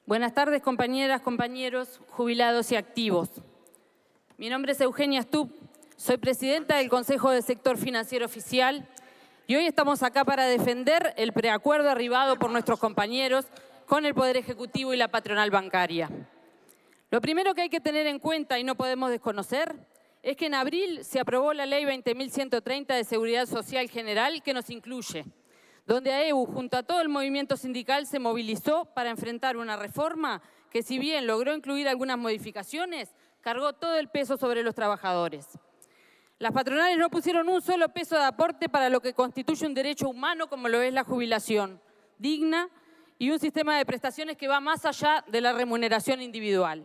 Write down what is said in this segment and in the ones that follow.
Buenas tardes, compañeras, compañeros, jubilados y activos. Mi nombre es Eugenia Stubb, soy presidenta del Consejo del Sector Financiero Oficial y hoy estamos acá para defender el preacuerdo arribado por nuestros compañeros con el Poder Ejecutivo y la patronal bancaria. Lo primero que hay que tener en cuenta y no podemos desconocer es que en abril se aprobó la Ley 20.130 de Seguridad Social General que nos incluye, donde AEU, junto a todo el movimiento sindical, se movilizó para enfrentar una reforma que, si bien logró incluir algunas modificaciones, cargó todo el peso sobre los trabajadores. Las patronales no pusieron un solo peso de aporte para lo que constituye un derecho humano como lo es la jubilación digna y un sistema de prestaciones que va más allá de la remuneración individual.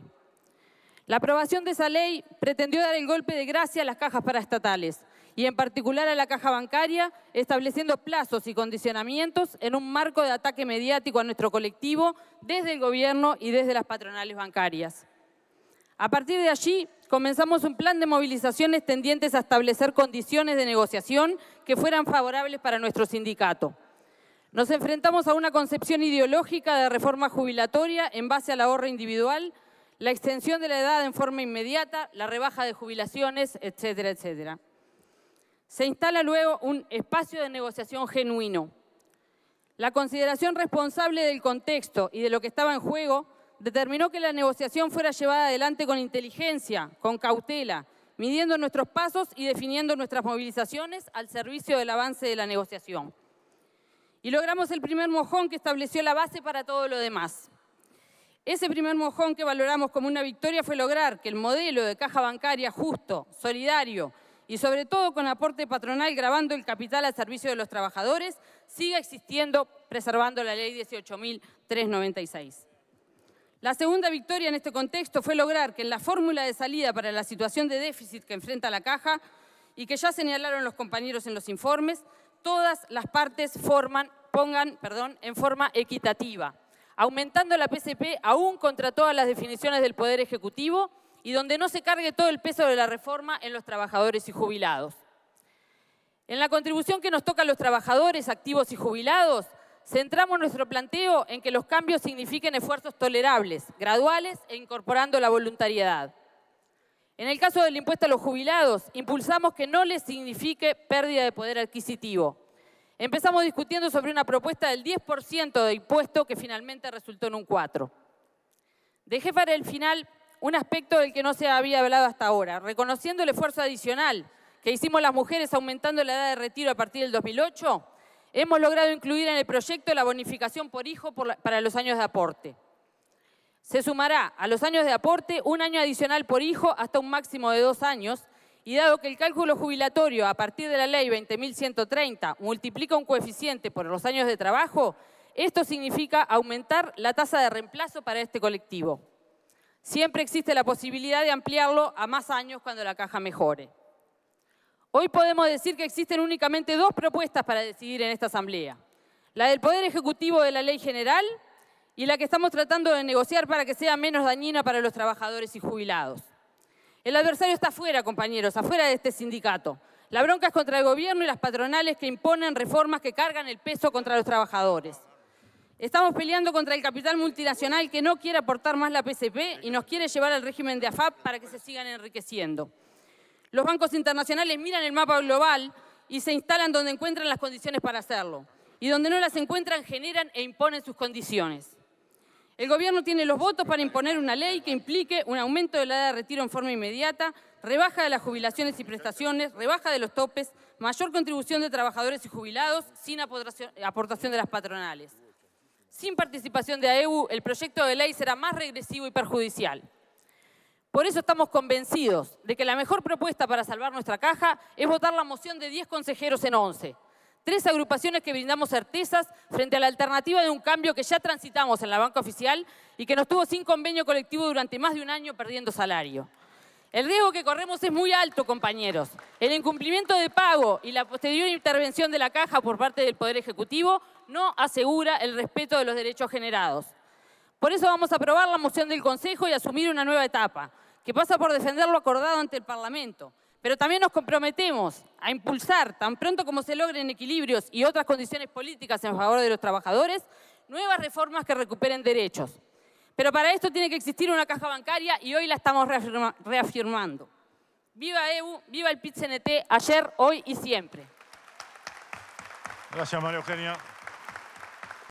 La aprobación de esa ley pretendió dar el golpe de gracia a las cajas paraestatales y en particular a la caja bancaria, estableciendo plazos y condicionamientos en un marco de ataque mediático a nuestro colectivo desde el gobierno y desde las patronales bancarias. A partir de allí, comenzamos un plan de movilizaciones tendientes a establecer condiciones de negociación que fueran favorables para nuestro sindicato. Nos enfrentamos a una concepción ideológica de reforma jubilatoria en base al ahorro individual, la extensión de la edad en forma inmediata, la rebaja de jubilaciones, etcétera, etcétera. Se instala luego un espacio de negociación genuino. La consideración responsable del contexto y de lo que estaba en juego determinó que la negociación fuera llevada adelante con inteligencia, con cautela, midiendo nuestros pasos y definiendo nuestras movilizaciones al servicio del avance de la negociación. Y logramos el primer mojón que estableció la base para todo lo demás. Ese primer mojón que valoramos como una victoria fue lograr que el modelo de caja bancaria justo, solidario y sobre todo con aporte patronal gravando el capital al servicio de los trabajadores siga existiendo, preservando la Ley 18.396. La segunda victoria en este contexto fue lograr que en la fórmula de salida para la situación de déficit que enfrenta la caja y que ya señalaron los compañeros en los informes, todas las partes pongan en forma equitativa, aumentando la PCP aún contra todas las definiciones del Poder Ejecutivo y donde no se cargue todo el peso de la reforma en los trabajadores y jubilados. En la contribución que nos toca a los trabajadores, activos y jubilados, centramos nuestro planteo en que los cambios signifiquen esfuerzos tolerables, graduales e incorporando la voluntariedad. En el caso del impuesto a los jubilados, impulsamos que no les signifique pérdida de poder adquisitivo. Empezamos discutiendo sobre una propuesta del 10% de impuesto que finalmente resultó en un 4%. Dejé para el final un aspecto del que no se había hablado hasta ahora, reconociendo el esfuerzo adicional que hicimos las mujeres aumentando la edad de retiro a partir del 2008, hemos logrado incluir en el proyecto la bonificación por hijo para los años de aporte. Se sumará a los años de aporte un año adicional por hijo hasta un máximo de 2 años, y dado que el cálculo jubilatorio a partir de la Ley 20.130 multiplica un coeficiente por los años de trabajo, esto significa aumentar la tasa de reemplazo para este colectivo. Siempre existe la posibilidad de ampliarlo a más años cuando la caja mejore. Hoy podemos decir que existen únicamente 2 propuestas para decidir en esta Asamblea. La del Poder Ejecutivo de la Ley General y la que estamos tratando de negociar para que sea menos dañina para los trabajadores y jubilados. El adversario está afuera, compañeros, afuera de este sindicato. La bronca es contra el gobierno y las patronales que imponen reformas que cargan el peso contra los trabajadores. Estamos peleando contra el capital multinacional que no quiere aportar más la PCP y nos quiere llevar al régimen de AFAP para que se sigan enriqueciendo. Los bancos internacionales miran el mapa global y se instalan donde encuentran las condiciones para hacerlo. Y donde no las encuentran, generan e imponen sus condiciones. El gobierno tiene los votos para imponer una ley que implique un aumento de la edad de retiro en forma inmediata, rebaja de las jubilaciones y prestaciones, rebaja de los topes, mayor contribución de trabajadores y jubilados sin aportación de las patronales. Sin participación de AEU, el proyecto de ley será más regresivo y perjudicial. Por eso estamos convencidos de que la mejor propuesta para salvar nuestra caja es votar la moción de 10 consejeros en 11. 3 agrupaciones que brindamos certezas frente a la alternativa de un cambio que ya transitamos en la banca oficial y que nos tuvo sin convenio colectivo durante más de un año perdiendo salario. El riesgo que corremos es muy alto, compañeros. El incumplimiento de pago y la posterior intervención de la caja por parte del Poder Ejecutivo no asegura el respeto de los derechos generados. Por eso vamos a aprobar la moción del Consejo y asumir una nueva etapa, que pasa por defender lo acordado ante el Parlamento. Pero también nos comprometemos a impulsar, tan pronto como se logren equilibrios y otras condiciones políticas en favor de los trabajadores, nuevas reformas que recuperen derechos. Pero para esto tiene que existir una caja bancaria y hoy la estamos reafirmando. ¡Viva EU! ¡Viva el PIT-CNT! Ayer, hoy y siempre. Gracias, María Eugenia.